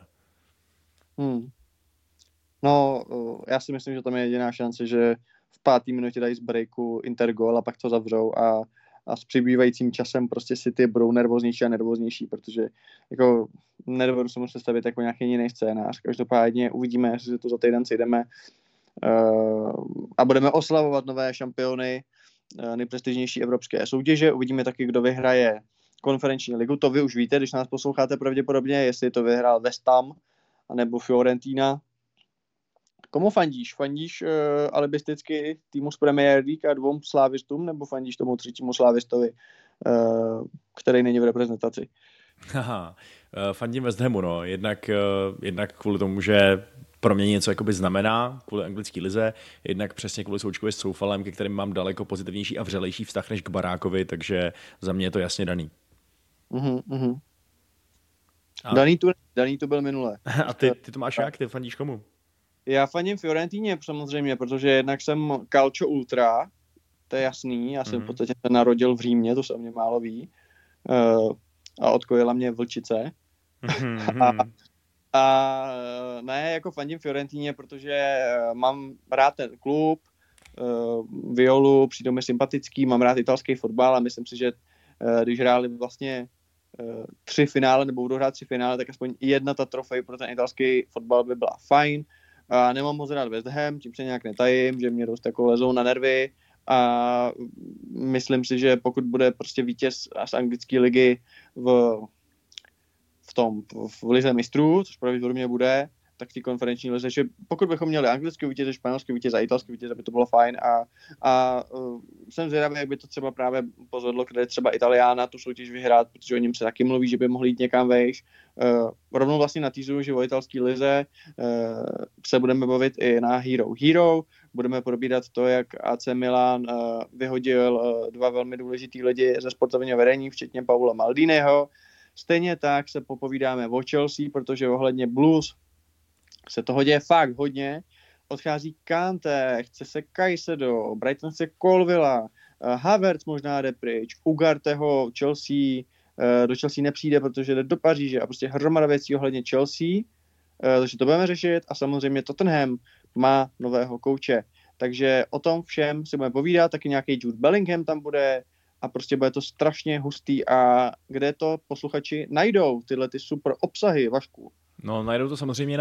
No, já si myslím, že tam je jediná šance, že v 5. minutě dají z breaku Inter gól a pak to zavřou a s přibývajícím časem prostě City budou nervóznější a nervóznější, protože jako nedovedu se mu představit jako nějaký jiný scénář. Každopádně uvidíme, jestli se to za týden sejdeme a budeme oslavovat nové šampiony nejprestižnější evropské soutěže. Uvidíme taky, kdo vyhraje konferenční ligu. To vy už víte, když nás posloucháte pravděpodobně, jestli to vyhrál West Ham anebo Fiorentina. Komu fandíš? Fandíš alibisticky týmu z Premier League a 2 slávistům, nebo fandíš tomu 3. slávistovi který není v reprezentaci. Haha, fandím West Hamu, no. Jednak kvůli tomu, že pro mě něco jakoby znamená, kvůli anglické lize, jednak přesně kvůli součkovi s Soufalem, ke kterým mám daleko pozitivnější a vřelejší vztah než k Barákovi, takže za mě je to jasně daný. Mm-hmm. A... Daný tu byl minule. A ty to máš jak? Ty fandíš komu? Já fandím Fiorentíně samozřejmě, protože jednak jsem Calcio Ultra, to je jasný, já jsem v podstatě se narodil v Římě, to se o mě málo ví, a odkojila mě vlčice. A ne, jako fandím Fiorentíně, protože mám rád ten klub, Violu, přijde mi sympatický, mám rád italský fotbal a myslím si, že když hráli vlastně 3 finále, nebo budou hrát 3 finále, tak aspoň jedna ta trofej pro ten italský fotbal by byla fajn. A nemám moc rád West Ham, tím se nějak netajím, že mě dost jako lezou na nervy a myslím si, že pokud bude prostě vítěz z anglické ligy v lize mistrů, což pravděpodobně bude, tak v té konferenční lize, že pokud bychom měli anglický vítěz, španělský vítěz a italský vítěz, aby to bylo fajn a jsem zvědavý, jak by to třeba právě pozvedlo, kde třeba Italiána tu soutěž vyhrát, protože o něm se taky mluví, že by mohli jít někam vejš. Rovnou vlastně natýzuju, že o italské lize se budeme bavit i na Hero. Budeme probírat to, jak AC Milan vyhodil 2 velmi důležitý lidi ze sportovního vedení, včetně Paula Maldiniho. Stejně tak se popovídáme o Chelsea, protože ohledně Blues se toho děje fakt hodně. Odchází Kanté, chce se Caicedo, Brighton chce Colvilla, Havertz možná jde pryč, Ugarteho Chelsea, do Chelsea nepřijde, protože jde do Paříže a prostě hromada věcí ohledně Chelsea, takže to budeme řešit a samozřejmě Tottenham má nového kouče. Takže o tom všem si budeme povídat, taky nějaký Jude Bellingham tam bude a prostě bude to strašně hustý a kde to posluchači najdou tyhle ty super obsahy, Vašku? No, najdou to samozřejmě na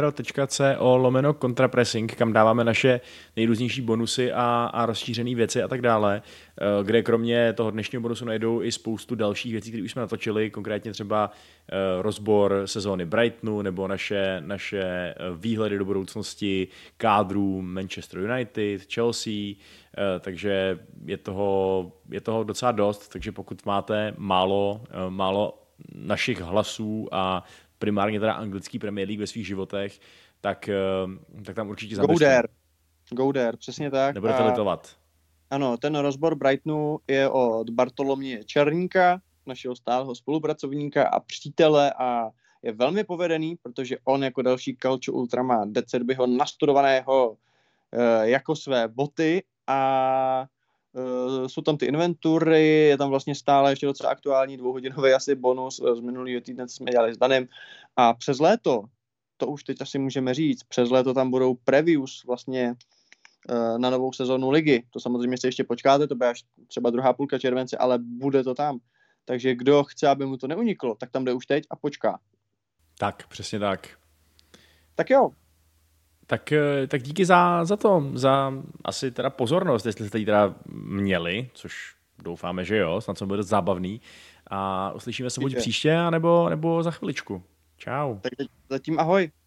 herohero.co/contrapressing, kam dáváme naše nejrůznější bonusy a rozšířené věci a tak dále, kde kromě toho dnešního bonusu najdou i spoustu dalších věcí, které už jsme natočili, konkrétně třeba rozbor sezóny Brightonu nebo naše výhledy do budoucnosti kádrů Manchester United, Chelsea, takže je toho docela dost, takže pokud máte málo našich hlasů a primárně teda anglický Premier League ve svých životech, tak tam určitě zamyslím. Go there, přesně tak. Nebudete litovat. Ano, ten rozbor Brightonu je od Bartoloměje Černíka, našeho stálého spolupracovníka a přítele a je velmi povedený, protože on jako další Calcio Ultra má De Zerbiho nastudovaného jako své boty a jsou tam ty inventury, je tam vlastně stále ještě docela aktuální 2hodinový asi bonus z minulého týdne, co jsme dělali s Danem a přes léto, to už teď asi můžeme říct, přes léto tam budou previews vlastně na novou sezonu ligy, to samozřejmě se ještě počkáte, to bude až třeba druhá půlka července, ale bude to tam, takže kdo chce, aby mu to neuniklo, tak tam jde už teď a počká. Tak, přesně tak. Tak jo. Tak díky za asi teda pozornost, jestli jste ji teda měli, což doufáme, že jo, snad to bude zábavný. A uslyšíme se buď příště, nebo za chviličku. Čau. Tak zatím ahoj.